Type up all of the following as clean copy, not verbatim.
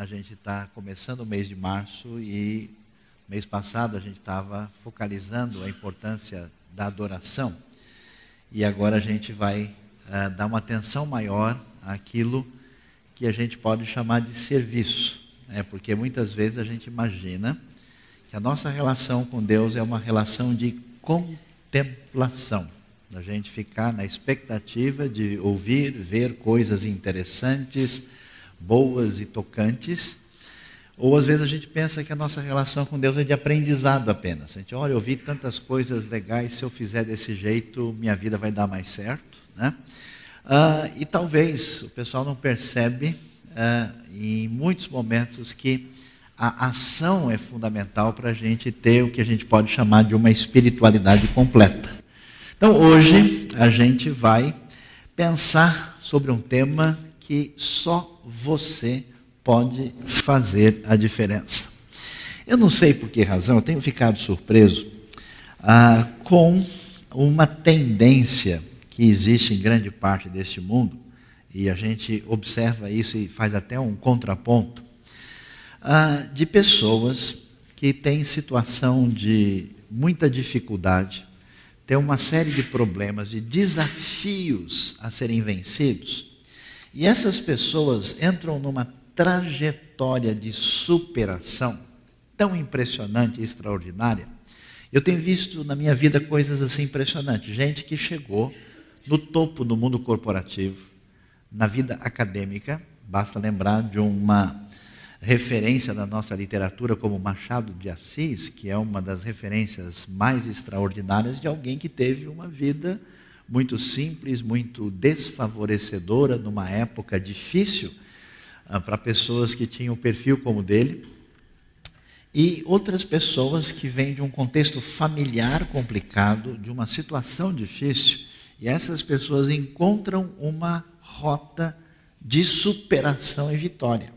a gente está começando o mês de março e mês passado a gente estava focalizando a importância da adoração. E agora a gente vai dar uma atenção maior àquilo que a gente pode chamar de serviço, né? Porque muitas vezes a gente imagina que a nossa relação com Deus é uma relação de contemplação, a gente ficar na expectativa de ouvir, ver coisas interessantes, boas e tocantes. Ou às vezes a gente pensa que a nossa relação com Deus é de aprendizado apenas. A gente olha, eu vi tantas coisas legais, se eu fizer desse jeito, minha vida vai dar mais certo, né? E talvez o pessoal não percebe, em muitos momentos, que a ação é fundamental para a gente ter o que a gente pode chamar de uma espiritualidade completa. Então hoje a gente vai pensar sobre um tema que só você pode fazer a diferença. Eu não sei por que razão, eu tenho ficado surpreso com uma tendência que existe em grande parte deste mundo, e a gente observa isso e faz até um contraponto, de pessoas que têm situação de muita dificuldade, têm uma série de problemas, de desafios a serem vencidos, e essas pessoas entram numa trajetória de superação tão impressionante e extraordinária. Eu tenho visto na minha vida coisas assim impressionantes. Gente que chegou no topo do mundo corporativo, na vida acadêmica. Basta lembrar de uma referência da nossa literatura como Machado de Assis, que é uma das referências mais extraordinárias de alguém que teve uma vida muito simples, muito desfavorecedora, numa época difícil para pessoas que tinham um perfil como o dele, e outras pessoas que vêm de um contexto familiar complicado, de uma situação difícil, e essas pessoas encontram uma rota de superação e vitória.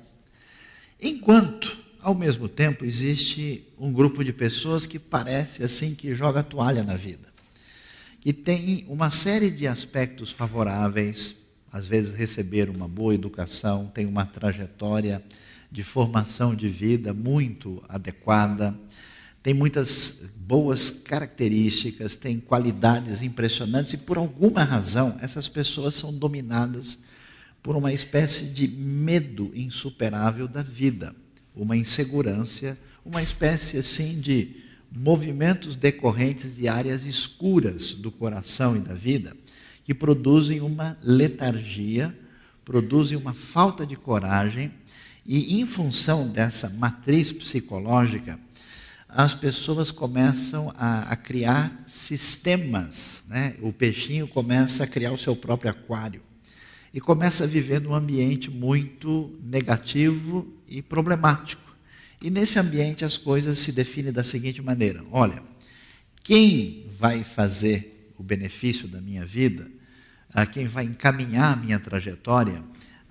Enquanto, ao mesmo tempo, existe um grupo de pessoas que parece assim que joga a toalha na vida, que tem uma série de aspectos favoráveis, às vezes receber uma boa educação, tem uma trajetória de formação de vida muito adequada, tem muitas boas características, tem qualidades impressionantes, e por alguma razão essas pessoas são dominadas por uma espécie de medo insuperável da vida, uma insegurança, uma espécie assim de movimentos decorrentes de áreas escuras do coração e da vida, que produzem uma letargia, produzem uma falta de coragem, e em função dessa matriz psicológica, as pessoas começam a criar sistemas, né? O peixinho começa a criar o seu próprio aquário, e começa a viver num ambiente muito negativo e problemático. E nesse ambiente as coisas se definem da seguinte maneira: olha, quem vai fazer o benefício da minha vida, quem vai encaminhar a minha trajetória,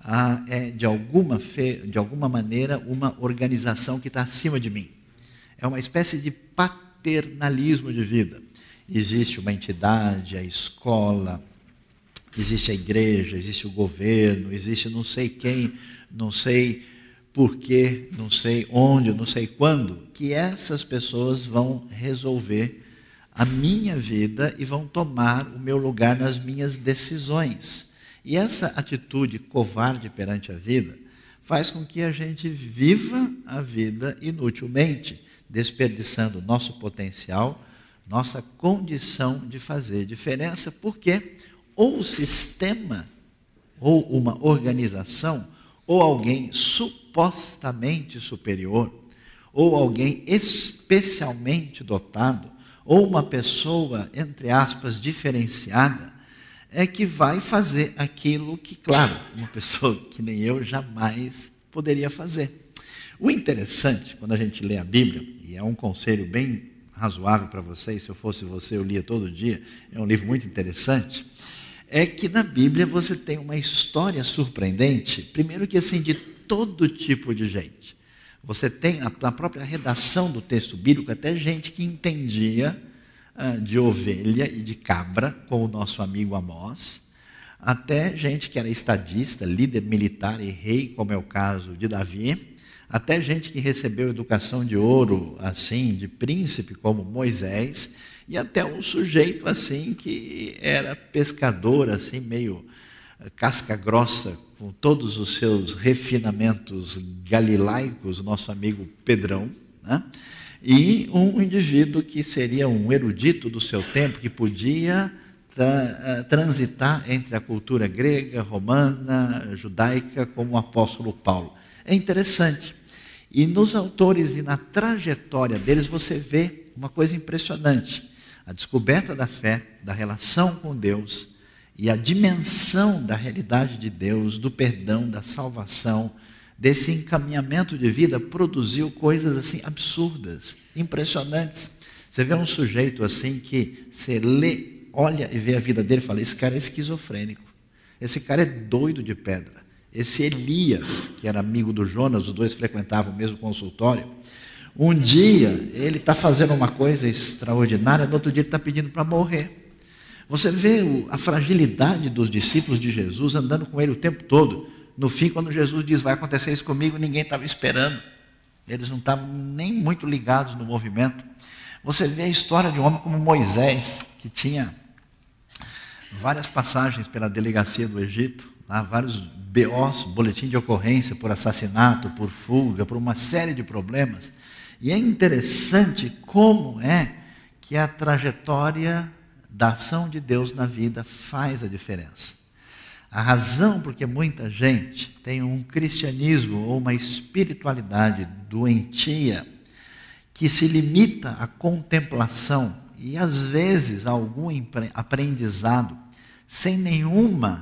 é de alguma maneira uma organização que está acima de mim. É uma espécie de paternalismo de vida. Existe uma entidade, a escola, existe a igreja, existe o governo, existe não sei quem, não sei porquê, não sei onde, não sei quando, que essas pessoas vão resolver a minha vida e vão tomar o meu lugar nas minhas decisões. E essa atitude covarde perante a vida faz com que a gente viva a vida inutilmente, desperdiçando nosso potencial, nossa condição de fazer diferença, porque ou o sistema, ou uma organização, ou alguém supostamente superior, ou alguém especialmente dotado, ou uma pessoa, entre aspas, diferenciada, é que vai fazer aquilo que, claro, uma pessoa que nem eu jamais poderia fazer. O interessante, quando a gente lê a Bíblia, e é um conselho bem razoável para vocês, se eu fosse você eu lia todo dia, é um livro muito interessante, é que na Bíblia você tem uma história surpreendente, primeiro que assim, de todo tipo de gente. Você tem na própria redação do texto bíblico até gente que entendia de ovelha e de cabra, como o nosso amigo Amós, até gente que era estadista, líder militar e rei, como é o caso de Davi, até gente que recebeu educação de ouro, assim, de príncipe, como Moisés, e até um sujeito assim que era pescador, assim, meio casca grossa, com todos os seus refinamentos galilaicos, nosso amigo Pedrão, né? E um indivíduo que seria um erudito do seu tempo, que podia transitar entre a cultura grega, romana, judaica, como o apóstolo Paulo. É interessante. E nos autores e na trajetória deles você vê uma coisa impressionante. A descoberta da fé, da relação com Deus e a dimensão da realidade de Deus, do perdão, da salvação, desse encaminhamento de vida, produziu coisas assim absurdas, impressionantes. Você vê um sujeito assim que você lê, olha e vê a vida dele e fala, esse cara é esquizofrênico, esse cara é doido de pedra. Esse Elias, que era amigo do Jonas, os dois frequentavam o mesmo consultório, um dia ele está fazendo uma coisa extraordinária, no outro dia ele está pedindo para morrer. Você vê a fragilidade dos discípulos de Jesus andando com ele o tempo todo. No fim, quando Jesus diz, vai acontecer isso comigo, ninguém estava esperando. Eles não estavam nem muito ligados no movimento. Você vê a história de um homem como Moisés, que tinha várias passagens pela delegacia do Egito, lá, vários BOs, boletim de ocorrência por assassinato, por fuga, por uma série de problemas. E é interessante como é que a trajetória da ação de Deus na vida faz a diferença. A razão porque muita gente tem um cristianismo ou uma espiritualidade doentia que se limita à contemplação e às vezes a algum aprendizado sem nenhuma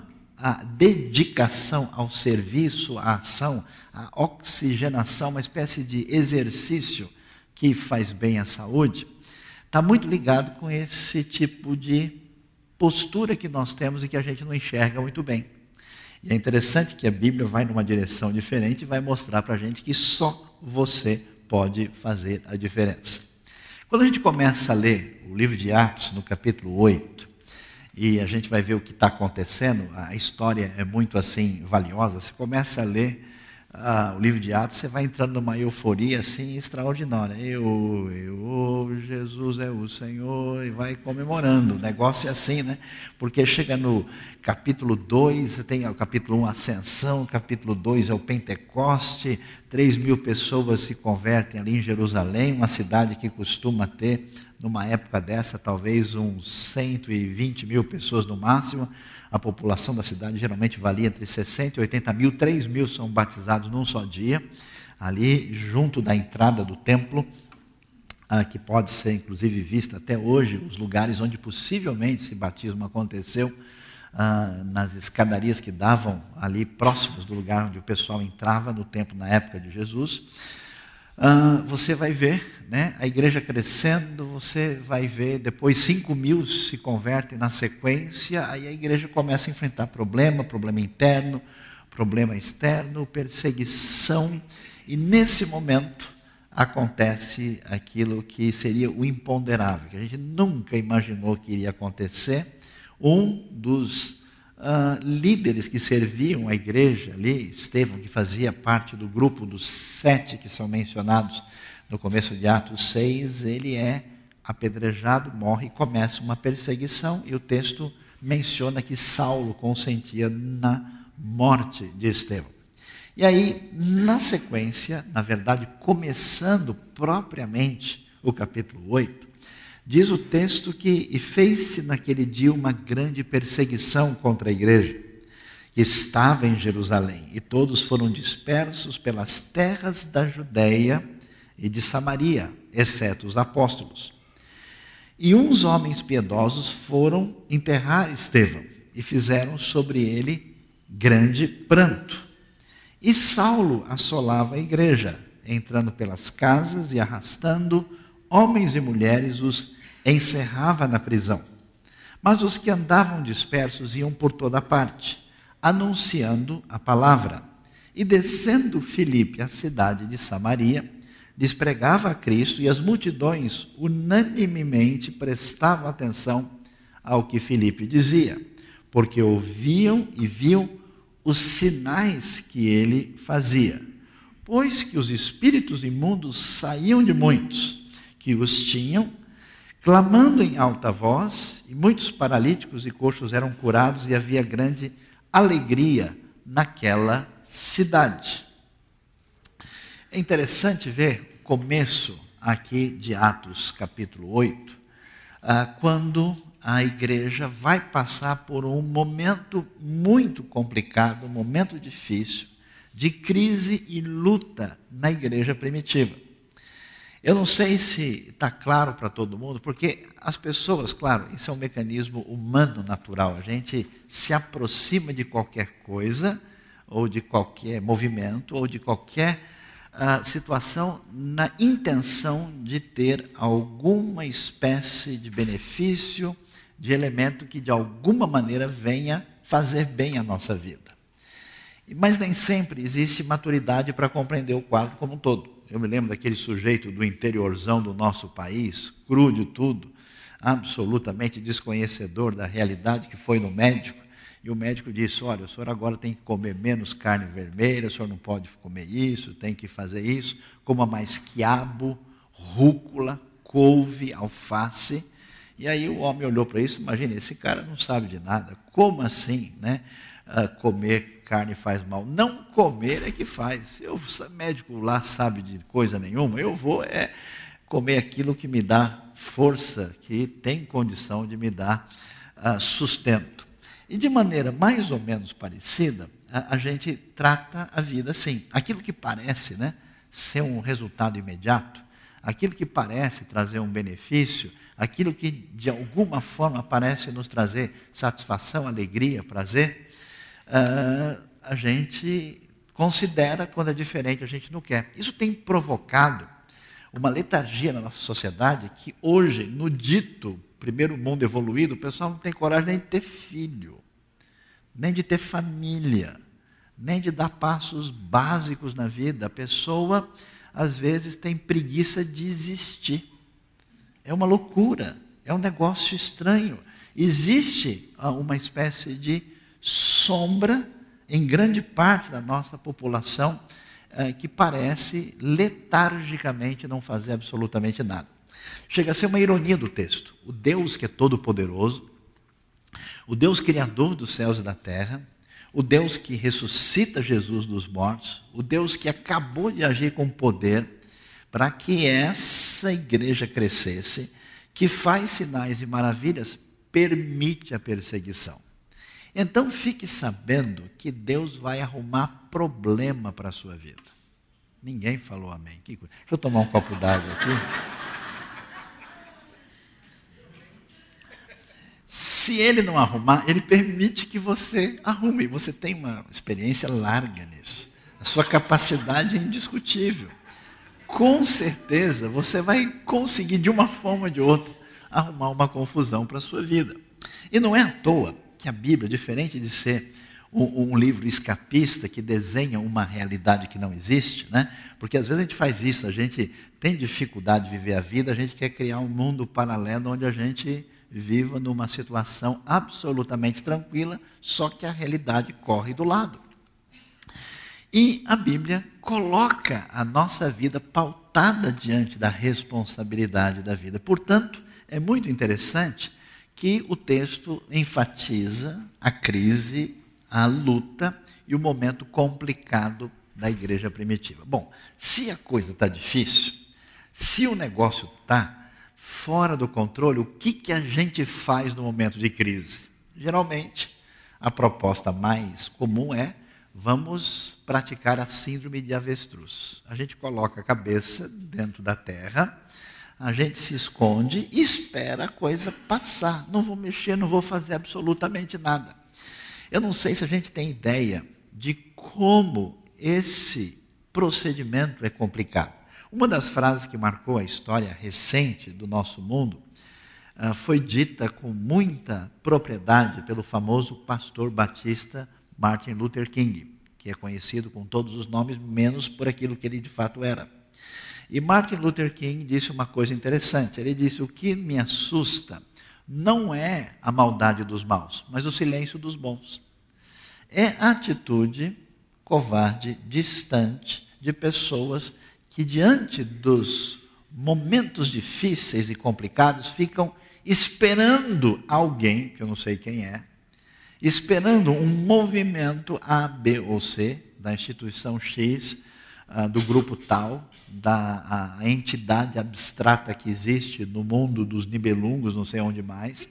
dedicação ao serviço, à ação, à oxigenação, uma espécie de exercício que faz bem à saúde, está muito ligado com esse tipo de postura que nós temos e que a gente não enxerga muito bem. E é interessante que a Bíblia vai numa direção diferente e vai mostrar para a gente que só você pode fazer a diferença. Quando a gente começa a ler o livro de Atos, no capítulo 8, e a gente vai ver o que está acontecendo, a história é muito assim valiosa, você começa a ler o livro de Atos, você vai entrando numa euforia assim extraordinária. Jesus é o Senhor, e vai comemorando. O negócio é assim, né? Porque chega no capítulo 2, você tem o capítulo 1, Ascensão, o capítulo 2 é o Pentecoste, 3.000 pessoas se convertem ali em Jerusalém, uma cidade que costuma ter, numa época dessa, talvez uns 120.000 pessoas no máximo. A população da cidade geralmente valia entre 60 e 80 mil, 3.000 são batizados num só dia, ali junto da entrada do templo, que pode ser inclusive vista até hoje, os lugares onde possivelmente esse batismo aconteceu, nas escadarias que davam ali próximos do lugar onde o pessoal entrava no templo na época de Jesus. Você vai ver, né, a igreja crescendo, você vai ver depois 5.000 se convertem na sequência, aí a igreja começa a enfrentar problema interno, problema externo, perseguição, e nesse momento acontece aquilo que seria o imponderável, que a gente nunca imaginou que iria acontecer. Um dos líderes que serviam a igreja ali, Estevão, que fazia parte do grupo dos 7 que são mencionados no começo de Atos 6, ele é apedrejado, morre e começa uma perseguição, e o texto menciona que Saulo consentia na morte de Estevão. E aí, na sequência, na verdade, começando propriamente o capítulo 8, diz o texto que e fez-se naquele dia uma grande perseguição contra a igreja, que estava em Jerusalém, e todos foram dispersos pelas terras da Judeia e de Samaria, exceto os apóstolos. E uns homens piedosos foram enterrar Estevão, e fizeram sobre ele grande pranto. E Saulo assolava a igreja, entrando pelas casas e arrastando homens e mulheres, os encerrava na prisão. Mas os que andavam dispersos iam por toda parte, anunciando a palavra. E descendo Filipe à cidade de Samaria, lhes pregava a Cristo, e as multidões unanimemente prestavam atenção ao que Filipe dizia, porque ouviam e viam os sinais que ele fazia. pois que os espíritos imundos saíam de muitos que os tinham, clamando em alta voz, e muitos paralíticos e coxos eram curados, e havia grande alegria naquela cidade. É interessante ver o começo aqui de Atos capítulo 8, quando a igreja vai passar por um momento muito complicado, um momento difícil, de crise e luta na igreja primitiva. Eu não sei se está claro para todo mundo, porque as pessoas, claro, isso é um mecanismo humano natural, a gente se aproxima de qualquer coisa, ou de qualquer movimento, ou de qualquer situação, na intenção de ter alguma espécie de benefício, de elemento que de alguma maneira venha fazer bem à nossa vida. Mas nem sempre existe maturidade para compreender o quadro como um todo. Eu me lembro daquele sujeito do interiorzão do nosso país, cru de tudo, absolutamente desconhecedor da realidade, que foi no médico, e o médico disse: olha, o senhor agora tem que comer menos carne vermelha, o senhor não pode comer isso, tem que fazer isso, coma mais quiabo, rúcula, couve, alface. E aí o homem olhou para isso, imagina, esse cara não sabe de nada, como assim, né? Comer carne faz mal? Não comer é que faz. O médico lá sabe de coisa nenhuma, eu vou comer aquilo que me dá força, que tem condição de me dar sustento. E de maneira mais ou menos parecida, a gente trata a vida assim. Aquilo que parece, né, ser um resultado imediato, aquilo que parece trazer um benefício, aquilo que de alguma forma parece nos trazer satisfação, alegria, prazer, a gente considera, quando é diferente a gente não quer. Isso tem provocado uma letargia na nossa sociedade que hoje, no dito primeiro mundo evoluído, o pessoal não tem coragem nem de ter filho, nem de ter família, nem de dar passos básicos na vida. A pessoa, às vezes, tem preguiça de existir. É uma loucura, é um negócio estranho. Existe uma espécie de sombra em grande parte da nossa população que parece letargicamente não fazer absolutamente nada. Chega a ser uma ironia do texto. O Deus que é todo-poderoso, o Deus criador dos céus e da terra, o Deus que ressuscita Jesus dos mortos, o Deus que acabou de agir com poder para que essa igreja crescesse, que faz sinais e maravilhas, permite a perseguição. Então fique sabendo que Deus vai arrumar problema para a sua vida. Ninguém falou amém. Deixa eu tomar um copo d'água aqui. Se ele não arrumar, ele permite que você arrume. Você tem uma experiência larga nisso. A sua capacidade é indiscutível. Com certeza você vai conseguir, de uma forma ou de outra, arrumar uma confusão para a sua vida. E não é à toa que a Bíblia, diferente de ser um livro escapista que desenha uma realidade que não existe, né? Porque às vezes a gente faz isso, a gente tem dificuldade de viver a vida, a gente quer criar um mundo paralelo onde a gente viva numa situação absolutamente tranquila, só que a realidade corre do lado. E a Bíblia coloca a nossa vida pautada diante da responsabilidade da vida. Portanto, é muito interessante que o texto enfatiza a crise, a luta e o momento complicado da igreja primitiva. Bom, se a coisa está difícil, se o negócio está fora do controle, o que a gente faz no momento de crise? Geralmente, a proposta mais comum é: vamos praticar a síndrome de avestruz. A gente coloca a cabeça dentro da terra, a gente se esconde e espera a coisa passar. Não vou mexer, não vou fazer absolutamente nada. Eu não sei se a gente tem ideia de como esse procedimento é complicado. Uma das frases que marcou a história recente do nosso mundo foi dita com muita propriedade pelo famoso pastor batista Martin Luther King, que é conhecido com todos os nomes, menos por aquilo que ele de fato era. E Martin Luther King disse uma coisa interessante. Ele disse: o que me assusta não é a maldade dos maus, mas o silêncio dos bons. É a atitude covarde, distante, de pessoas que, diante dos momentos difíceis e complicados, ficam esperando alguém, que eu não sei quem é, esperando um movimento A, B ou C, da instituição X, do grupo tal, da entidade abstrata que existe no mundo dos nibelungos, não sei onde mais,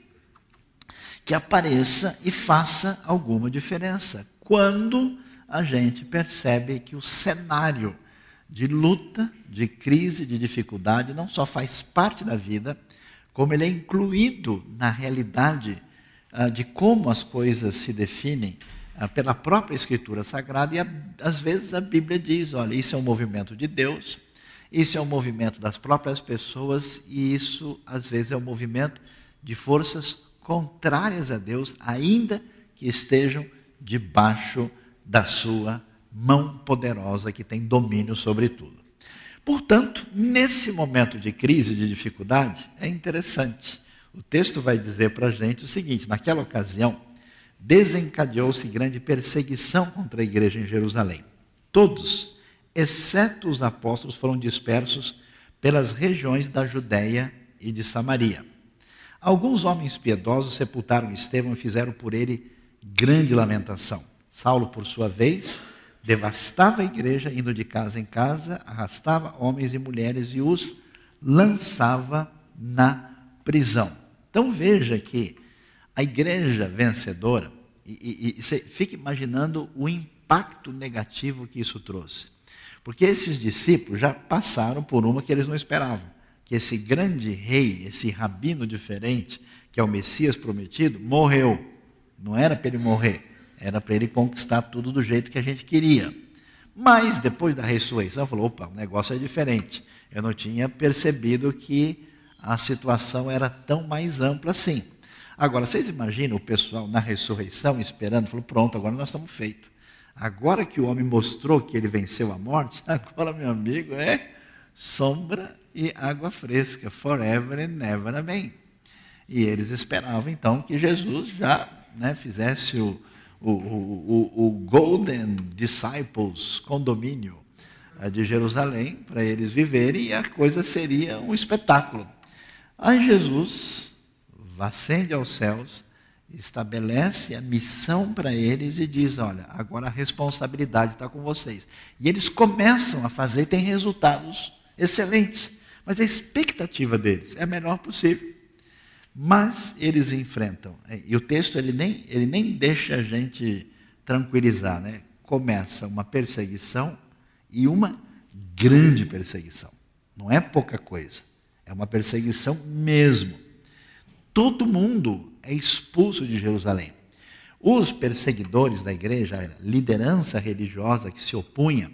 que apareça e faça alguma diferença. Quando a gente percebe que o cenário de luta, de crise, de dificuldade, não só faz parte da vida, como ele é incluído na realidade de como as coisas se definem pela própria Escritura Sagrada, e às vezes a Bíblia diz, olha, isso é um movimento de Deus, isso é um movimento das próprias pessoas, e isso às vezes é um movimento de forças contrárias a Deus, ainda que estejam debaixo da sua mão poderosa que tem domínio sobre tudo. Portanto, nesse momento de crise, de dificuldade, é interessante. O texto vai dizer para a gente o seguinte: naquela ocasião, desencadeou-se grande perseguição contra a igreja em Jerusalém. Todos, exceto os apóstolos, foram dispersos pelas regiões da Judéia e de Samaria. Alguns homens piedosos sepultaram Estevão e fizeram por ele grande lamentação. Saulo, por sua vez, devastava a igreja, indo de casa em casa, arrastava homens e mulheres e os lançava na prisão. Então veja que a igreja vencedora, e você fica imaginando o impacto negativo que isso trouxe. Porque esses discípulos já passaram por uma que eles não esperavam. Que esse grande rei, esse rabino diferente, que é o Messias prometido, morreu. Não era para ele morrer, era para ele conquistar tudo do jeito que a gente queria. Mas depois da ressurreição, falou, opa, o negócio é diferente. Eu não tinha percebido que a situação era tão mais ampla assim. Agora, vocês imaginam o pessoal na ressurreição esperando, falou, pronto, agora nós estamos feitos. Agora que o homem mostrou que ele venceu a morte, agora, meu amigo, é sombra e água fresca, forever and never, amém. E eles esperavam, então, que Jesus já fizesse o Golden Disciples condomínio de Jerusalém, para eles viverem, e a coisa seria um espetáculo. Aí Jesus ascende aos céus, estabelece a missão para eles e diz, olha, agora a responsabilidade está com vocês. E eles começam a fazer e têm resultados excelentes. Mas a expectativa deles é a melhor possível. Mas eles enfrentam. E o texto ele nem deixa a gente tranquilizar, né? Começa uma perseguição e uma grande perseguição. Não é pouca coisa. É uma perseguição mesmo. Todo mundo é expulso de Jerusalém. Os perseguidores da igreja, a liderança religiosa que se opunha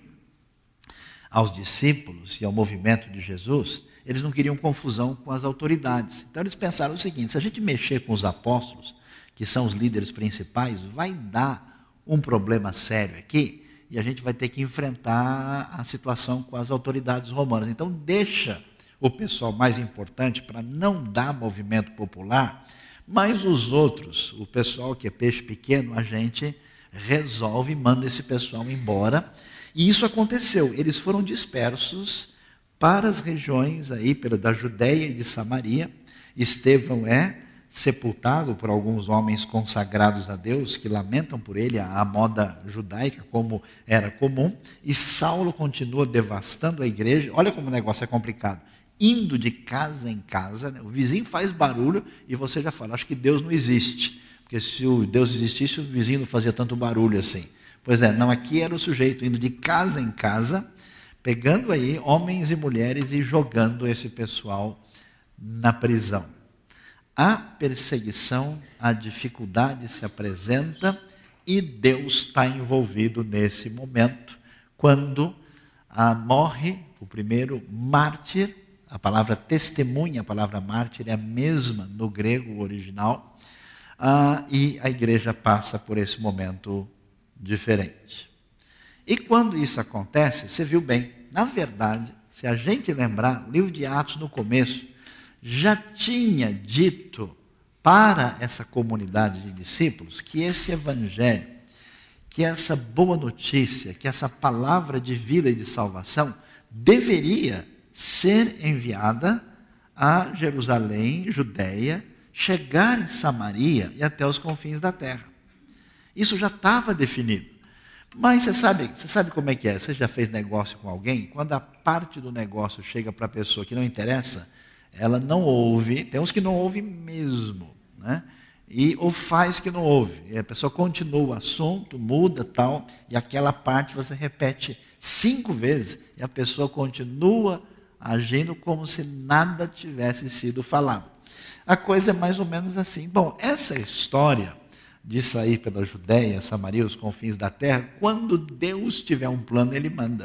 aos discípulos e ao movimento de Jesus, eles não queriam confusão com as autoridades. Então eles pensaram o seguinte, se a gente mexer com os apóstolos, que são os líderes principais, vai dar um problema sério aqui, e a gente vai ter que enfrentar a situação com as autoridades romanas. Então deixa o pessoal mais importante para não dar movimento popular, mas os outros, o pessoal que é peixe pequeno, a gente resolve e manda esse pessoal embora. E isso aconteceu, eles foram dispersos para as regiões aí da Judéia e de Samaria. Estevão é sepultado por alguns homens consagrados a Deus, que lamentam por ele a moda judaica, como era comum, e Saulo continua devastando a igreja. Olha como o negócio é complicado, indo de casa em casa, né? O vizinho faz barulho e você já fala, acho que Deus não existe, porque se o Deus existisse, o vizinho não fazia tanto barulho assim. Pois é, não, aqui era o sujeito indo de casa em casa, pegando aí homens e mulheres e jogando esse pessoal na prisão. A perseguição, a dificuldade se apresenta e Deus está envolvido nesse momento, quando morre o primeiro mártir. A palavra testemunha, a palavra mártir é a mesma no grego original, e a igreja passa por esse momento diferente. E quando isso acontece, você viu bem, na verdade, se a gente lembrar, o livro de Atos no começo já tinha dito para essa comunidade de discípulos que esse evangelho que essa boa notícia, que essa palavra de vida e de salvação deveria ser enviada a Jerusalém, Judeia, chegar em Samaria e até os confins da terra. Isso já estava definido. Mas você sabe como é que é? Você já fez negócio com alguém? Quando a parte do negócio chega para a pessoa que não interessa, ela não ouve, tem uns que não ouvem mesmo, né? Ou faz que não ouve. E a pessoa continua o assunto, muda tal, e aquela parte você repete 5 vezes, e a pessoa continua agindo como se nada tivesse sido falado. A coisa é mais ou menos assim. Bom, essa história de sair pela Judéia, Samaria, os confins da terra, quando Deus tiver um plano, Ele manda.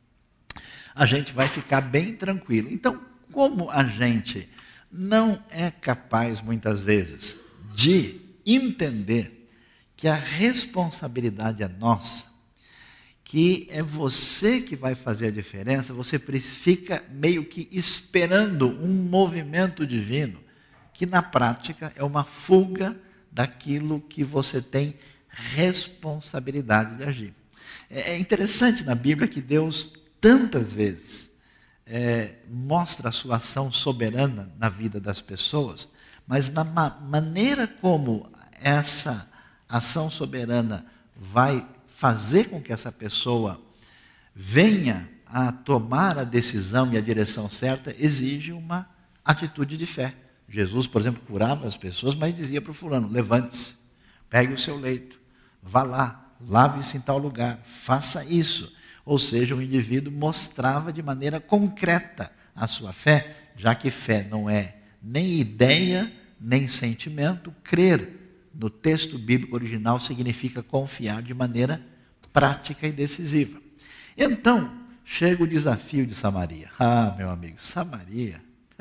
A gente vai ficar bem tranquilo. Então, como a gente não é capaz, muitas vezes, de entender que a responsabilidade é nossa, que é você que vai fazer a diferença, você fica meio que esperando um movimento divino, que na prática é uma fuga daquilo que você tem responsabilidade de agir. É interessante na Bíblia que Deus, tantas vezes, mostra a sua ação soberana na vida das pessoas, mas na maneira como essa ação soberana vai fazer com que essa pessoa venha a tomar a decisão e a direção certa, exige uma atitude de fé. Jesus, por exemplo, curava as pessoas, mas dizia para o fulano: levante-se, pegue o seu leito, vá lá, lave-se em tal lugar, faça isso. Ou seja, o indivíduo mostrava de maneira concreta a sua fé, já que fé não é nem ideia, nem sentimento. Crer no texto bíblico original significa confiar de maneira prática e decisiva. Então, chega o desafio de Samaria. Ah, meu amigo, Samaria,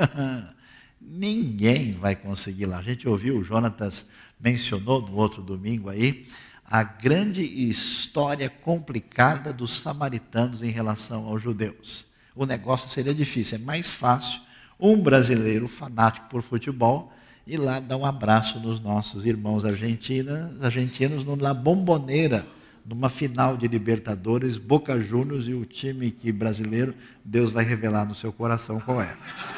ninguém vai conseguir lá. A gente ouviu, o Jonatas mencionou no outro domingo aí, a grande história complicada dos samaritanos em relação aos judeus. O negócio seria difícil, é mais fácil um brasileiro fanático por futebol ir lá dar um abraço nos nossos irmãos argentinos no La Bombonera, numa final de Libertadores, Boca Juniors e o time que brasileiro, Deus vai revelar no seu coração qual é.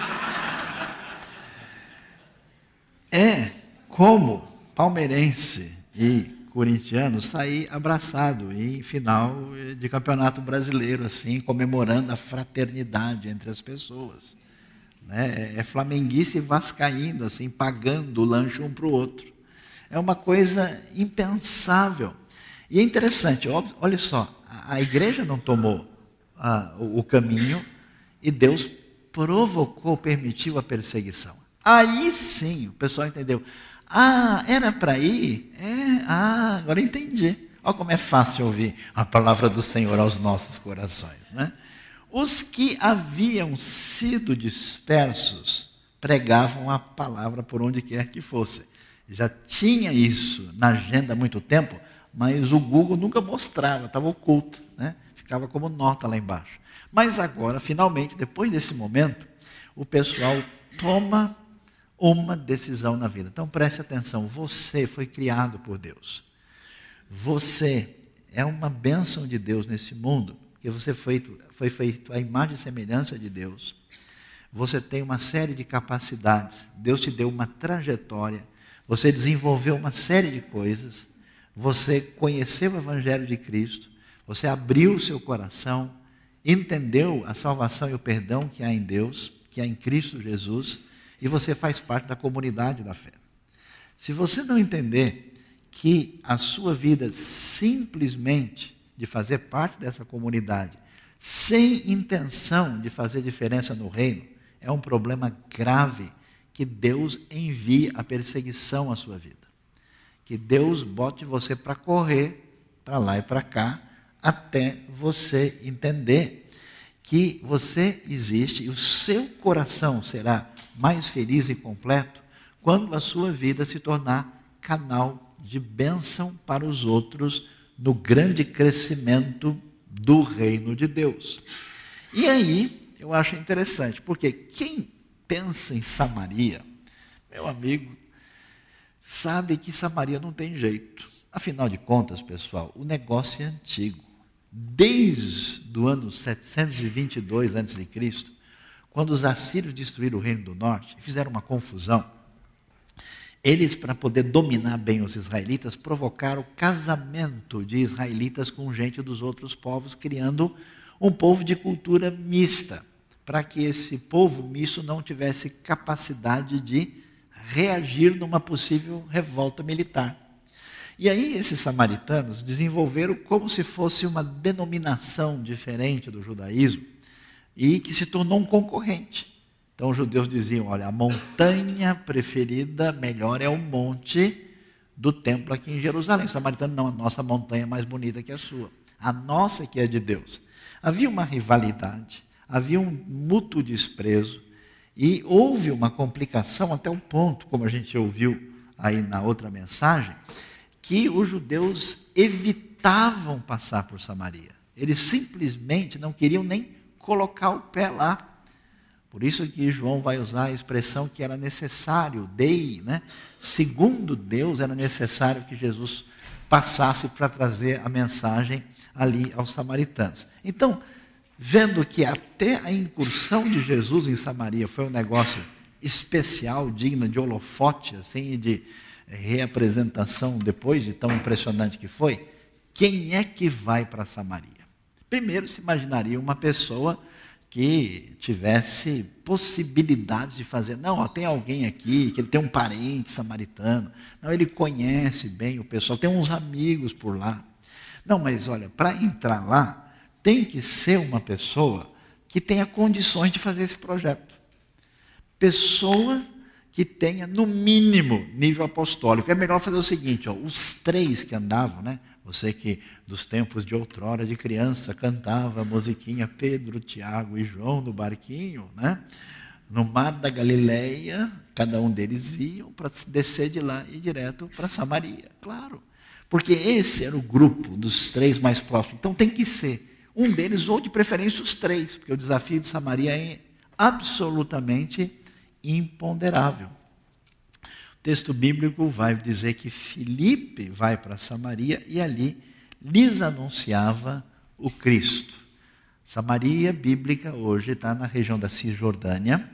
É como palmeirense e corintiano sair abraçado em final de campeonato brasileiro, assim, comemorando a fraternidade entre as pessoas. Né? É flamenguista e vascaíno, assim, pagando o lanche um para o outro. É uma coisa impensável. E é interessante, olha só, a igreja não tomou o caminho e Deus provocou, permitiu a perseguição. Aí sim, o pessoal entendeu. Ah, era para ir? Agora entendi. Olha como é fácil ouvir a palavra do Senhor aos nossos corações, né? Os que haviam sido dispersos pregavam a palavra por onde quer que fosse. Já tinha isso na agenda há muito tempo, mas o Google nunca mostrava, estava oculto, né? Ficava como nota lá embaixo. Mas agora, finalmente, depois desse momento, o pessoal toma uma decisão na vida. Então preste atenção, você foi criado por Deus. Você é uma bênção de Deus nesse mundo, porque você foi feito à imagem e semelhança de Deus. Você tem uma série de capacidades, Deus te deu uma trajetória, você desenvolveu uma série de coisas, você conheceu o Evangelho de Cristo, você abriu o seu coração, entendeu a salvação e o perdão que há em Deus, que há em Cristo Jesus, e você faz parte da comunidade da fé. Se você não entender que a sua vida simplesmente de fazer parte dessa comunidade, sem intenção de fazer diferença no reino, é um problema grave que Deus envie a perseguição à sua vida. Que Deus bote você para correr, para lá e para cá, até você entender que você existe e o seu coração será mais feliz e completo quando a sua vida se tornar canal de bênção para os outros no grande crescimento do reino de Deus. E aí, eu acho interessante, porque quem pensa em Samaria, meu amigo, sabe que Samaria não tem jeito. Afinal de contas, pessoal, o negócio é antigo. Desde o ano 722 a.C., quando os assírios destruíram o Reino do Norte e fizeram uma confusão, eles, para poder dominar bem os israelitas, provocaram o casamento de israelitas com gente dos outros povos, criando um povo de cultura mista, para que esse povo misto não tivesse capacidade de reagir numa possível revolta militar. E aí esses samaritanos desenvolveram como se fosse uma denominação diferente do judaísmo e que se tornou um concorrente. Então os judeus diziam, olha, a montanha preferida melhor é o monte do templo aqui em Jerusalém. O samaritano, não, a nossa montanha é mais bonita que a sua. A nossa que é de Deus. Havia uma rivalidade, havia um mútuo desprezo e houve uma complicação até um ponto, como a gente ouviu aí na outra mensagem, que os judeus evitavam passar por Samaria. Eles simplesmente não queriam nem colocar o pé lá. Por isso que João vai usar a expressão que era necessário, segundo Deus, era necessário que Jesus passasse para trazer a mensagem ali aos samaritanos. Então, vendo que até a incursão de Jesus em Samaria foi um negócio especial, digno de holofote, assim, e de reapresentação depois de tão impressionante que foi, quem é que vai para Samaria? Primeiro se imaginaria uma pessoa que tivesse possibilidades de fazer, não, tem alguém aqui, que ele tem um parente samaritano, não, ele conhece bem o pessoal, tem uns amigos por lá. Não, mas olha, para entrar lá, tem que ser uma pessoa que tenha condições de fazer esse projeto. Pessoas que tenha, no mínimo, nível apostólico. É melhor fazer o seguinte, os três que andavam, você que dos tempos de outrora, de criança, cantava a musiquinha Pedro, Tiago e João no barquinho, no mar da Galileia, cada um deles iam para descer de lá e ir direto para Samaria, claro. Porque esse era o grupo dos três mais próximos. Então tem que ser um deles, ou de preferência os três, porque o desafio de Samaria é absolutamente imponderável. O texto bíblico vai dizer que Filipe vai para Samaria e ali lhes anunciava o Cristo. Samaria bíblica hoje está na região da Cisjordânia.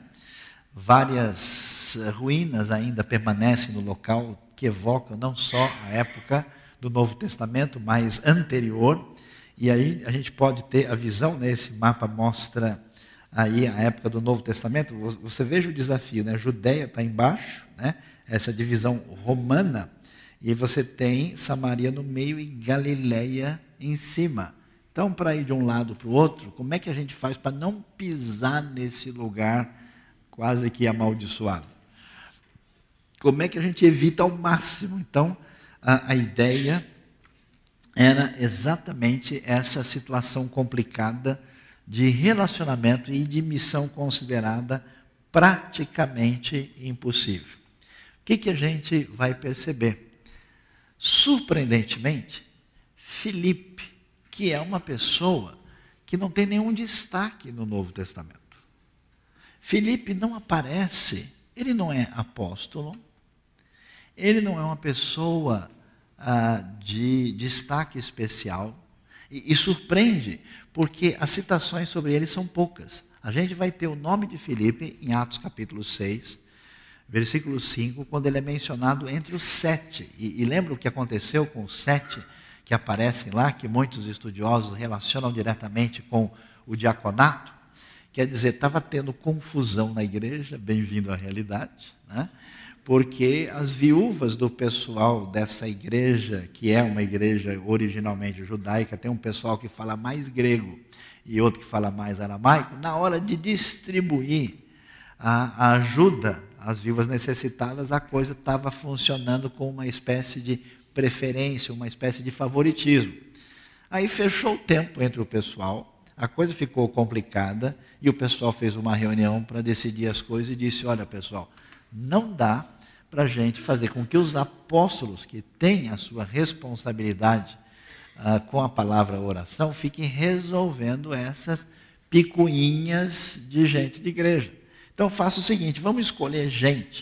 Várias ruínas ainda permanecem no local que evocam não só a época do Novo Testamento, mas anterior. E aí a gente pode ter a visão, esse mapa mostra aí a época do Novo Testamento. Você veja o desafio, Judeia está embaixo, essa divisão romana, e você tem Samaria no meio e Galileia em cima. Então, para ir de um lado para o outro, como é que a gente faz para não pisar nesse lugar quase que amaldiçoado? Como é que a gente evita ao máximo? Então, a ideia era exatamente essa situação complicada de relacionamento e de missão considerada praticamente impossível. O que a gente vai perceber? Surpreendentemente, Filipe, que é uma pessoa que não tem nenhum destaque no Novo Testamento. Filipe não aparece, ele não é apóstolo, ele não é uma pessoa de destaque especial, e surpreende, porque as citações sobre ele são poucas. A gente vai ter o nome de Filipe em Atos capítulo 6, versículo 5, quando ele é mencionado entre os 7. E lembra o que aconteceu com os 7 que aparecem lá, que muitos estudiosos relacionam diretamente com o diaconato? Quer dizer, estava tendo confusão na igreja, bem-vindo à realidade, porque as viúvas do pessoal dessa igreja, que é uma igreja originalmente judaica, tem um pessoal que fala mais grego e outro que fala mais aramaico, na hora de distribuir a ajuda às viúvas necessitadas, a coisa estava funcionando com uma espécie de preferência, uma espécie de favoritismo. Aí fechou o tempo entre o pessoal, a coisa ficou complicada e o pessoal fez uma reunião para decidir as coisas e disse, olha pessoal, não dá para a gente fazer com que os apóstolos que têm a sua responsabilidade com a palavra oração fiquem resolvendo essas picuinhas de gente de igreja. Então faça o seguinte, vamos escolher gente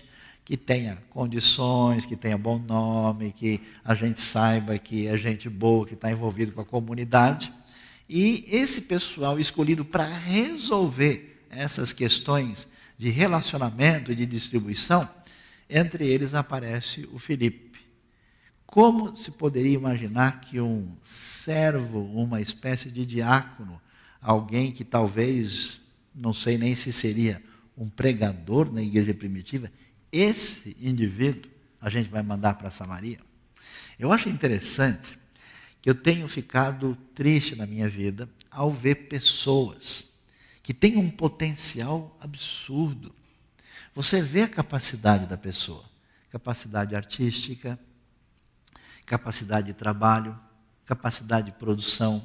que tenha condições, que tenha bom nome, que a gente saiba que é gente boa, que está envolvido com a comunidade. E esse pessoal escolhido para resolver essas questões de relacionamento e de distribuição, entre eles aparece o Filipe. Como se poderia imaginar que um servo, uma espécie de diácono, alguém que talvez, não sei nem se seria um pregador na igreja primitiva, esse indivíduo a gente vai mandar para Samaria? Eu acho interessante que eu tenho ficado triste na minha vida ao ver pessoas que têm um potencial absurdo. Você vê a capacidade da pessoa, capacidade artística, capacidade de trabalho, capacidade de produção,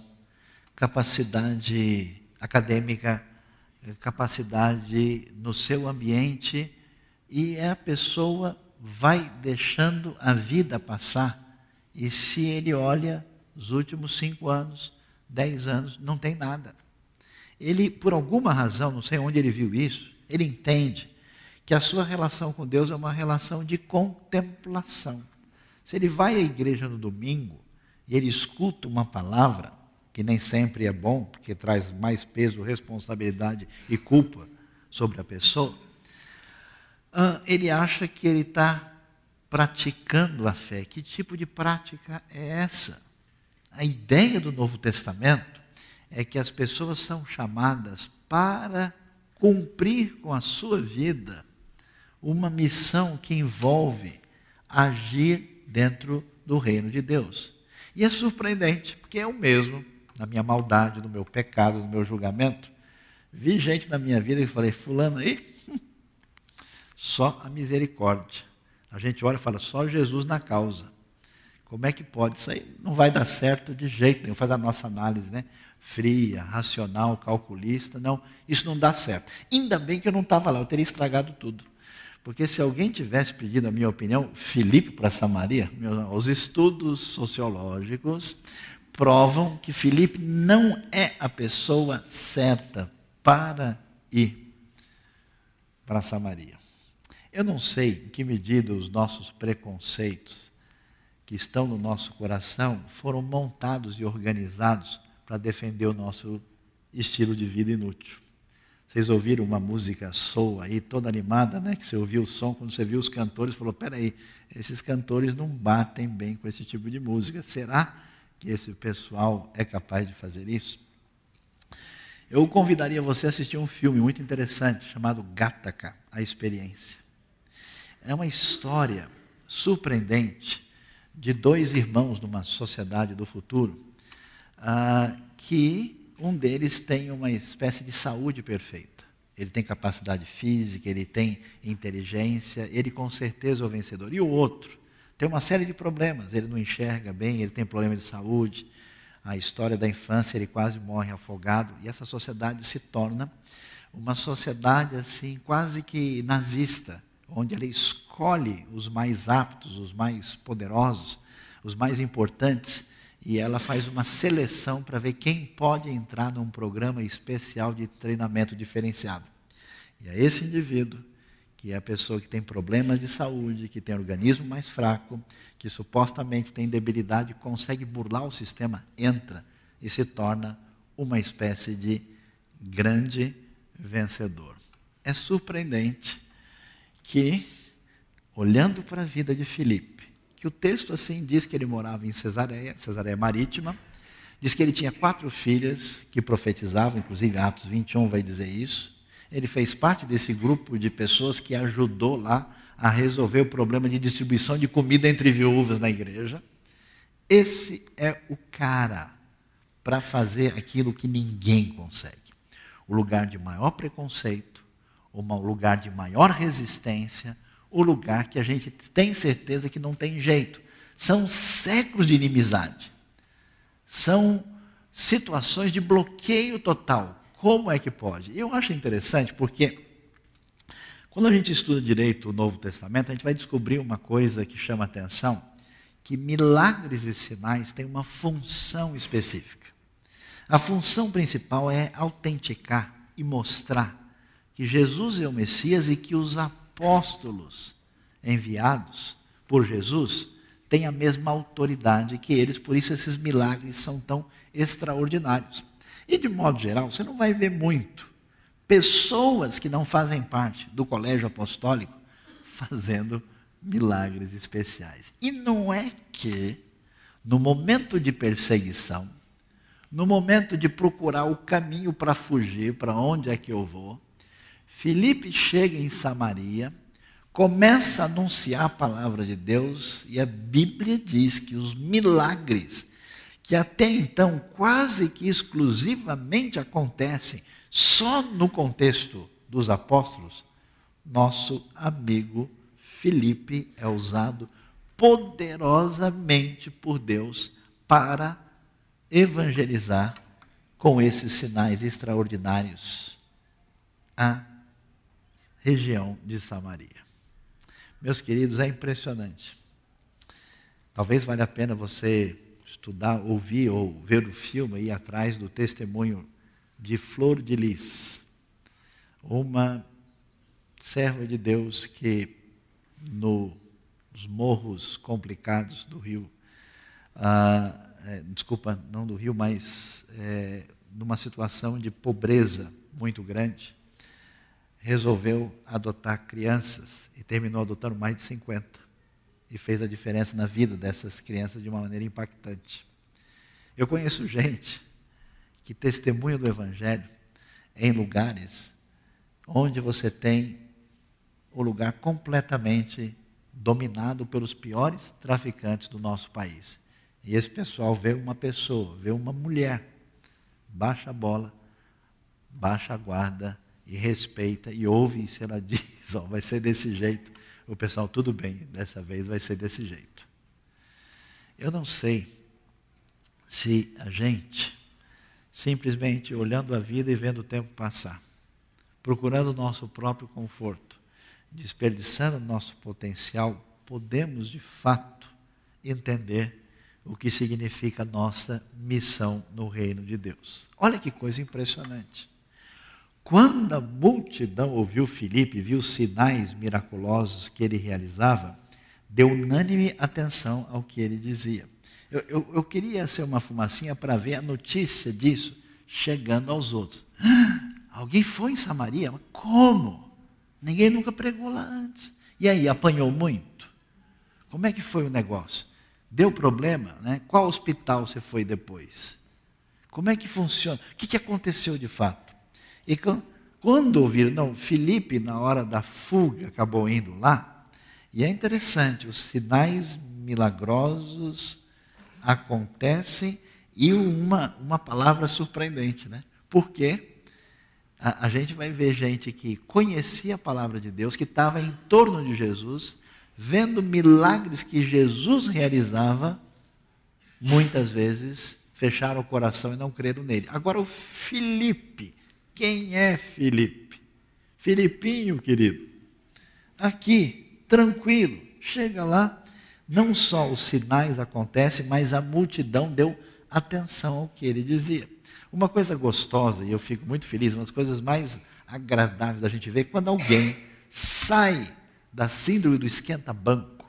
capacidade acadêmica, capacidade no seu ambiente, e a pessoa vai deixando a vida passar. E se ele olha os últimos 5 anos, 10 anos, não tem nada. Ele, por alguma razão, não sei onde ele viu isso, ele entende que a sua relação com Deus é uma relação de contemplação. Se ele vai à igreja no domingo e ele escuta uma palavra, que nem sempre é bom, porque traz mais peso, responsabilidade e culpa sobre a pessoa, ele acha que ele está praticando a fé. Que tipo de prática é essa? A ideia do Novo Testamento é que as pessoas são chamadas para cumprir com a sua vida uma missão que envolve agir dentro do reino de Deus. E é surpreendente, porque eu mesmo, na minha maldade, no meu pecado, no meu julgamento, vi gente na minha vida que falei, fulano aí, só a misericórdia. A gente olha e fala, só Jesus na causa. Como é que pode? Isso aí não vai dar certo de jeito nenhum. Faz a nossa análise, né? Fria, racional, calculista. Não, isso não dá certo. Ainda bem que eu não estava lá, eu teria estragado tudo. Porque se alguém tivesse pedido a minha opinião, Filipe para Samaria, os estudos sociológicos provam que Filipe não é a pessoa certa para ir para Samaria. Eu não sei em que medida os nossos preconceitos que estão no nosso coração foram montados e organizados para defender o nosso estilo de vida inútil. Vocês ouviram uma música soul aí, toda animada, né? Que você ouviu o som, quando você viu os cantores, falou, peraí, esses cantores não batem bem com esse tipo de música. Será que esse pessoal é capaz de fazer isso? Eu convidaria você a assistir um filme muito interessante, chamado Gattaca, a Experiência. É uma história surpreendente de 2 irmãos numa sociedade do futuro, que um deles tem uma espécie de saúde perfeita. Ele tem capacidade física, ele tem inteligência, ele com certeza é o vencedor. E o outro tem uma série de problemas, ele não enxerga bem, ele tem problema de saúde, a história da infância, ele quase morre afogado, e essa sociedade se torna uma sociedade assim quase que nazista, onde ela escolhe os mais aptos, os mais poderosos, os mais importantes, e ela faz uma seleção para ver quem pode entrar num programa especial de treinamento diferenciado. E é esse indivíduo, que é a pessoa que tem problemas de saúde, que tem organismo mais fraco, que supostamente tem debilidade, consegue burlar o sistema, entra e se torna uma espécie de grande vencedor. É surpreendente que, olhando para a vida de Filipe, que o texto assim diz que ele morava em Cesareia Marítima, diz que ele tinha 4 filhas que profetizavam, inclusive Atos 21 vai dizer isso. Ele fez parte desse grupo de pessoas que ajudou lá a resolver o problema de distribuição de comida entre viúvas na igreja. Esse é o cara para fazer aquilo que ninguém consegue. O lugar de maior preconceito, o lugar de maior resistência, o lugar que a gente tem certeza que não tem jeito. São séculos de inimizade. São situações de bloqueio total. Como é que pode? Eu acho interessante porque quando a gente estuda direito o Novo Testamento, a gente vai descobrir uma coisa que chama atenção, que milagres e sinais têm uma função específica. A função principal é autenticar e mostrar que Jesus é o Messias e que os apóstolos enviados por Jesus têm a mesma autoridade que eles, por isso esses milagres são tão extraordinários. E de modo geral, você não vai ver muito pessoas que não fazem parte do colégio apostólico fazendo milagres especiais. E não é que, no momento de perseguição, no momento de procurar o caminho para fugir, para onde é que eu vou, Filipe chega em Samaria, começa a anunciar a palavra de Deus, e a Bíblia diz que os milagres, que até então quase que exclusivamente acontecem só no contexto dos apóstolos, nosso amigo Filipe é usado poderosamente por Deus para evangelizar com esses sinais extraordinários a região de Samaria. Meus queridos, é impressionante. Talvez valha a pena você estudar, ouvir ou ver o filme aí atrás do testemunho de Flor de Lis, uma serva de Deus que nos morros complicados do Rio, não do Rio, mas numa situação de pobreza muito grande, resolveu adotar crianças e terminou adotando mais de 50. E fez a diferença na vida dessas crianças de uma maneira impactante. Eu conheço gente que testemunha do Evangelho em lugares onde você tem o lugar completamente dominado pelos piores traficantes do nosso país. E esse pessoal vê uma pessoa, vê uma mulher, baixa a bola, baixa a guarda e respeita e ouve, e se ela diz, vai ser desse jeito, o pessoal, tudo bem, dessa vez vai ser desse jeito. Eu não sei se a gente, simplesmente olhando a vida e vendo o tempo passar, procurando o nosso próprio conforto, desperdiçando o nosso potencial, podemos de fato entender o que significa a nossa missão no reino de Deus. Olha que coisa impressionante. Quando a multidão ouviu Filipe, viu os sinais miraculosos que ele realizava, deu unânime atenção ao que ele dizia. Eu queria ser uma fumacinha para ver a notícia disso chegando aos outros. Alguém foi em Samaria? Mas como? Ninguém nunca pregou lá antes. E aí, apanhou muito? Como é que foi o negócio? Deu problema, né? Qual hospital você foi depois? Como é que funciona? O que aconteceu de fato? E quando ouviram, Filipe, na hora da fuga, acabou indo lá, e é interessante, os sinais milagrosos acontecem, e uma palavra surpreendente, né? Porque a gente vai ver gente que conhecia a palavra de Deus, que estava em torno de Jesus, vendo milagres que Jesus realizava, muitas vezes fecharam o coração e não creram nele. Agora o Filipe, quem é Filipe? Filipinho, querido, aqui, tranquilo, chega lá, não só os sinais acontecem, mas a multidão deu atenção ao que ele dizia. Uma coisa gostosa, e eu fico muito feliz, uma das coisas mais agradáveis da gente ver, quando alguém sai da síndrome do esquenta-banco,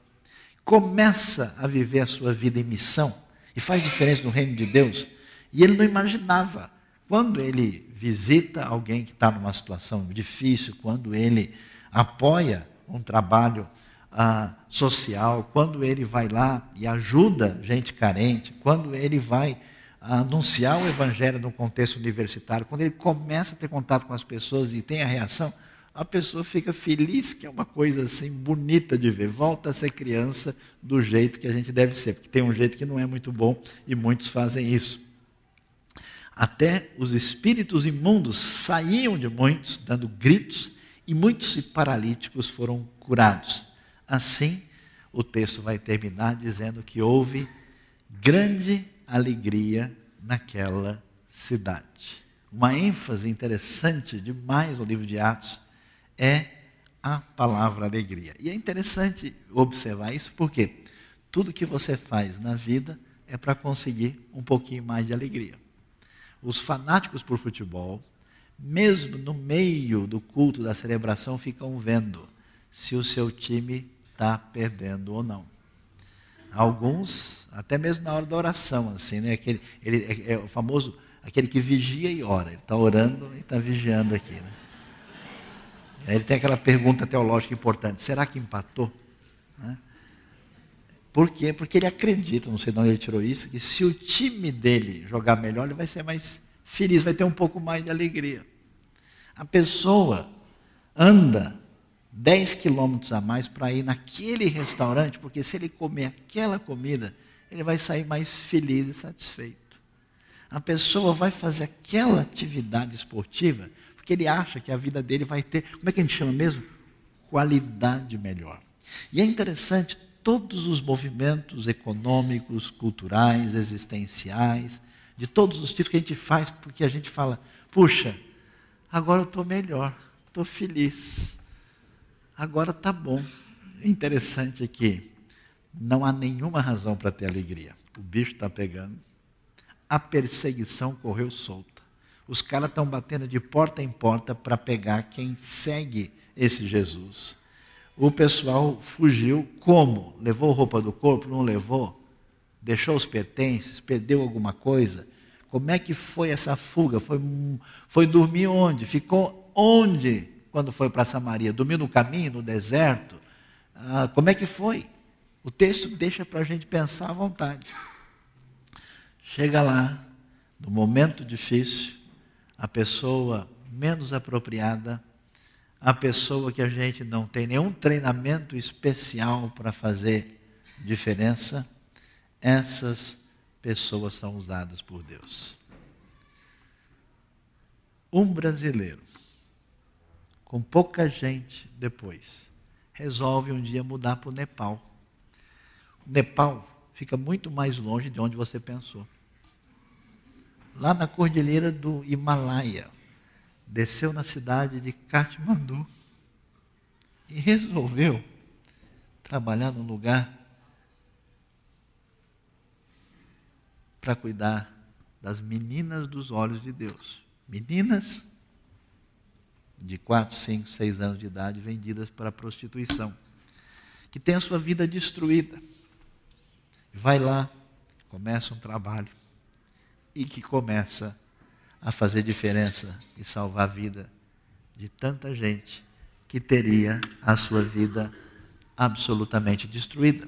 começa a viver a sua vida em missão, e faz diferença no reino de Deus, e ele não imaginava. Quando ele visita alguém que está numa situação difícil, quando ele apoia um trabalho social, quando ele vai lá e ajuda gente carente, quando ele vai anunciar o evangelho no contexto universitário, quando ele começa a ter contato com as pessoas e tem a reação, a pessoa fica feliz, que é uma coisa assim bonita de ver, volta a ser criança do jeito que a gente deve ser, porque tem um jeito que não é muito bom e muitos fazem isso. Até os espíritos imundos saíam de muitos, dando gritos, e muitos paralíticos foram curados. Assim, o texto vai terminar dizendo que houve grande alegria naquela cidade. Uma ênfase interessante demais no livro de Atos é a palavra alegria. E é interessante observar isso porque tudo que você faz na vida é para conseguir um pouquinho mais de alegria. Os fanáticos por futebol, mesmo no meio do culto da celebração, ficam vendo se o seu time está perdendo ou não. Alguns, até mesmo na hora da oração, assim, né? Ele é o famoso, aquele que vigia e ora. Ele está orando e está vigiando aqui, né? Aí ele tem aquela pergunta teológica importante: será que empatou? Né? Por quê? Porque ele acredita, não sei de onde ele tirou isso, que se o time dele jogar melhor, ele vai ser mais feliz, vai ter um pouco mais de alegria. A pessoa anda 10 quilômetros a mais para ir naquele restaurante, porque se ele comer aquela comida, ele vai sair mais feliz e satisfeito. A pessoa vai fazer aquela atividade esportiva, porque ele acha que a vida dele vai ter, como é que a gente chama mesmo? Qualidade melhor. E é interessante, todos os movimentos econômicos, culturais, existenciais, de todos os tipos que a gente faz, porque a gente fala, puxa, agora eu estou melhor, estou feliz. Agora está bom. É interessante que não há nenhuma razão para ter alegria. O bicho está pegando. A perseguição correu solta. Os caras estão batendo de porta em porta para pegar quem segue esse Jesus. O pessoal fugiu como? Levou roupa do corpo? Não levou? Deixou os pertences? Perdeu alguma coisa? Como é que foi essa fuga? Foi dormir onde? Ficou onde quando foi para Samaria? Dormiu no caminho, no deserto? Como é que foi? O texto deixa para a gente pensar à vontade. Chega lá, no momento difícil, a pessoa menos apropriada, a pessoa que a gente não tem nenhum treinamento especial para fazer diferença, essas pessoas são usadas por Deus. Um brasileiro, com pouca gente depois, resolve um dia mudar para o Nepal. O Nepal fica muito mais longe de onde você pensou. Lá na cordilheira do Himalaia, desceu na cidade de Katmandu e resolveu trabalhar num lugar para cuidar das meninas dos olhos de Deus. Meninas de 4, 5, 6 anos de idade vendidas para a prostituição, que tem a sua vida destruída. Vai lá, começa um trabalho e que começa a fazer diferença e salvar a vida de tanta gente que teria a sua vida absolutamente destruída.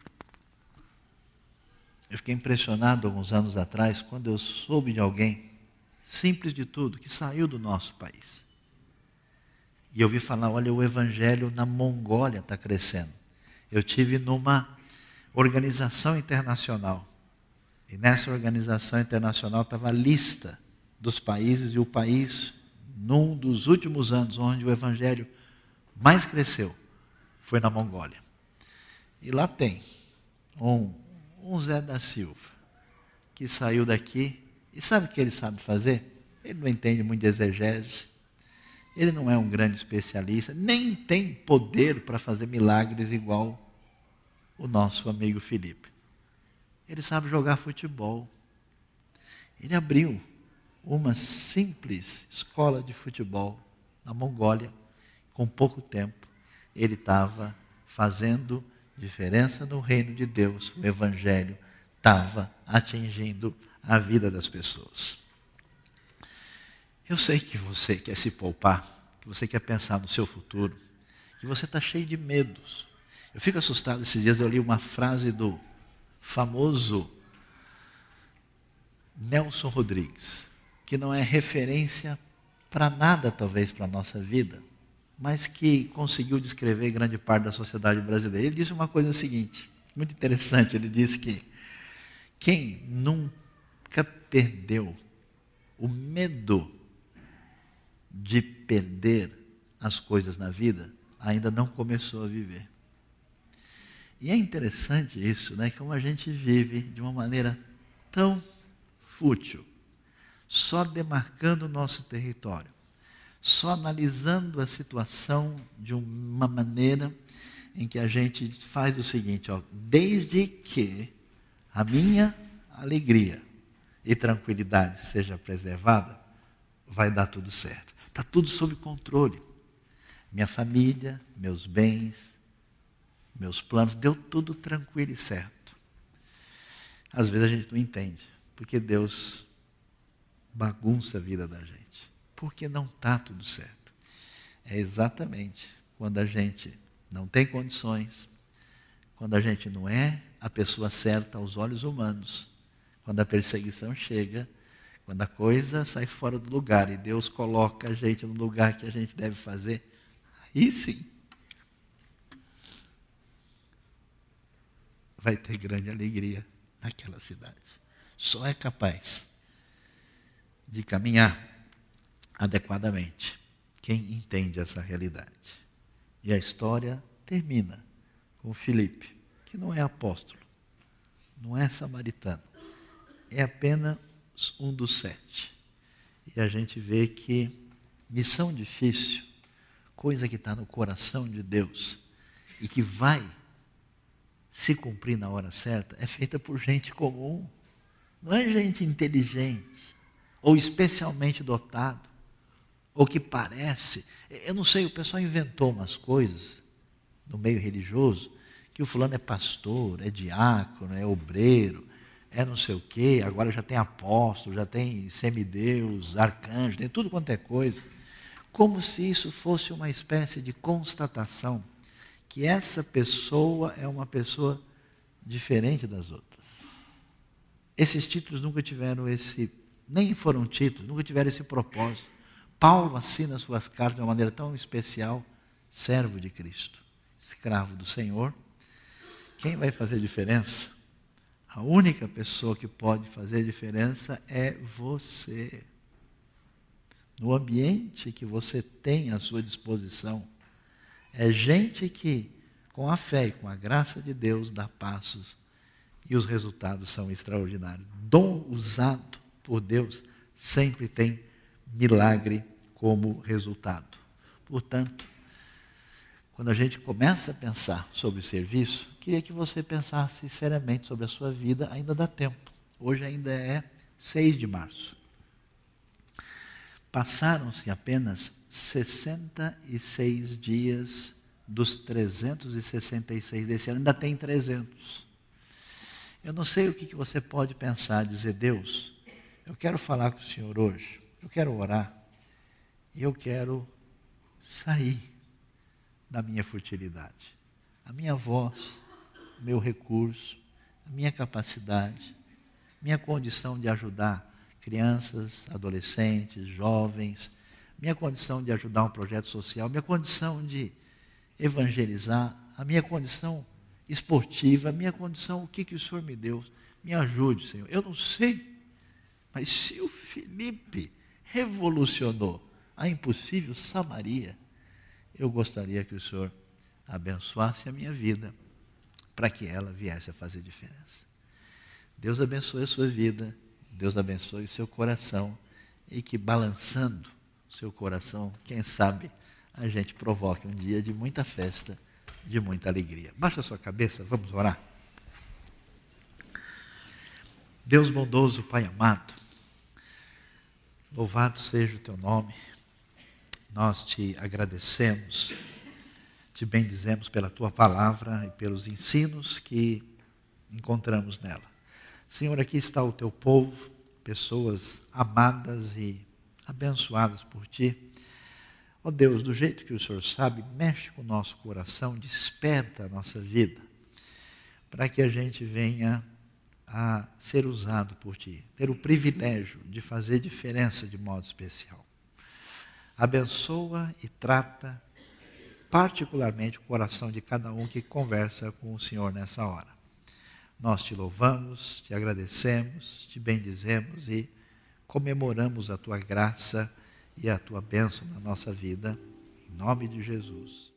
Eu fiquei impressionado alguns anos atrás, quando eu soube de alguém, simples de tudo, que saiu do nosso país. E eu ouvi falar, olha, o evangelho na Mongólia está crescendo. Eu tive numa organização internacional. E nessa organização internacional estava a lista dos países, e o país, num dos últimos anos, onde o evangelho mais cresceu, foi na Mongólia. E lá tem um Zé da Silva, que saiu daqui, e sabe o que ele sabe fazer? Ele não entende muito de exegese, ele não é um grande especialista, nem tem poder para fazer milagres igual o nosso amigo Felipe. Ele sabe jogar futebol. Ele abriu uma simples escola de futebol na Mongólia, com pouco tempo. Ele estava fazendo diferença no reino de Deus. O evangelho estava atingindo a vida das pessoas. Eu sei que você quer se poupar, que você quer pensar no seu futuro, que você está cheio de medos. Eu fico assustado, esses dias eu li uma frase do famoso Nelson Rodrigues, que não é referência para nada, talvez, para a nossa vida, mas que conseguiu descrever grande parte da sociedade brasileira. Ele disse uma coisa seguinte, muito interessante, ele disse que quem nunca perdeu o medo de perder as coisas na vida, ainda não começou a viver. E é interessante isso, né? Como a gente vive de uma maneira tão fútil, só demarcando o nosso território, só analisando a situação de uma maneira em que a gente faz o seguinte, ó, desde que a minha alegria e tranquilidade seja preservada, vai dar tudo certo. Está tudo sob controle. Minha família, meus bens, meus planos, deu tudo tranquilo e certo. Às vezes a gente não entende, porque Deus bagunça a vida da gente, porque não está tudo certo. É exatamente quando a gente não tem condições, quando a gente não é a pessoa certa aos olhos humanos, quando a perseguição chega, quando a coisa sai fora do lugar e Deus coloca a gente no lugar que a gente deve fazer, aí sim vai ter grande alegria naquela cidade. Só é capaz de caminhar adequadamente quem entende essa realidade. E a história termina com Filipe, que não é apóstolo, não é samaritano, é apenas um dos 7. E a gente vê que missão difícil, coisa que está no coração de Deus e que vai se cumprir na hora certa, é feita por gente comum. Não é gente inteligente, ou especialmente dotado, ou que parece. Eu não sei, o pessoal inventou umas coisas no meio religioso, que o fulano é pastor, é diácono, é obreiro, é não sei o quê, agora já tem apóstolo, já tem semideus, arcanjo, tem tudo quanto é coisa. Como se isso fosse uma espécie de constatação que essa pessoa é uma pessoa diferente das outras. Esses títulos nunca tiveram nem foram títulos, nunca tiveram esse propósito. Paulo assina suas cartas de uma maneira tão especial, servo de Cristo, escravo do Senhor. Quem vai fazer diferença? A única pessoa que pode fazer diferença é você. No ambiente que você tem à sua disposição, é gente que, com a fé e com a graça de Deus, dá passos e os resultados são extraordinários. Dom usado por Deus sempre tem milagre como resultado. Portanto, quando a gente começa a pensar sobre serviço, queria que você pensasse seriamente sobre a sua vida, ainda dá tempo. Hoje ainda é 6 de março. Passaram-se apenas 66 dias dos 366 desse ano, ainda tem 300. Eu não sei o que você pode pensar, dizer: Deus, eu quero falar com o Senhor hoje, eu quero orar, e eu quero sair da minha futilidade. A minha voz, o meu recurso, a minha capacidade, minha condição de ajudar crianças, adolescentes, jovens, minha condição de ajudar um projeto social, minha condição de evangelizar, a minha condição esportiva, a minha condição, o que o Senhor me deu. Me ajude, Senhor. Eu não sei, mas se o Filipe revolucionou a impossível Samaria, eu gostaria que o Senhor abençoasse a minha vida para que ela viesse a fazer diferença. Deus abençoe a sua vida, Deus abençoe o seu coração e que, balançando o seu coração, quem sabe a gente provoque um dia de muita festa, de muita alegria. Baixa a sua cabeça, vamos orar. Deus bondoso, Pai amado, louvado seja o teu nome. Nós te agradecemos, te bendizemos pela tua palavra e pelos ensinos que encontramos nela. Senhor, aqui está o teu povo, pessoas amadas e abençoadas por ti. Ó Deus, do jeito que o Senhor sabe, mexe com o nosso coração, desperta a nossa vida, para que a gente venha a ser usado por ti, ter o privilégio de fazer diferença de modo especial. Abençoa e trata particularmente o coração de cada um que conversa com o Senhor nessa hora. Nós te louvamos, te agradecemos, te bendizemos e comemoramos a tua graça e a tua bênção na nossa vida, em nome de Jesus.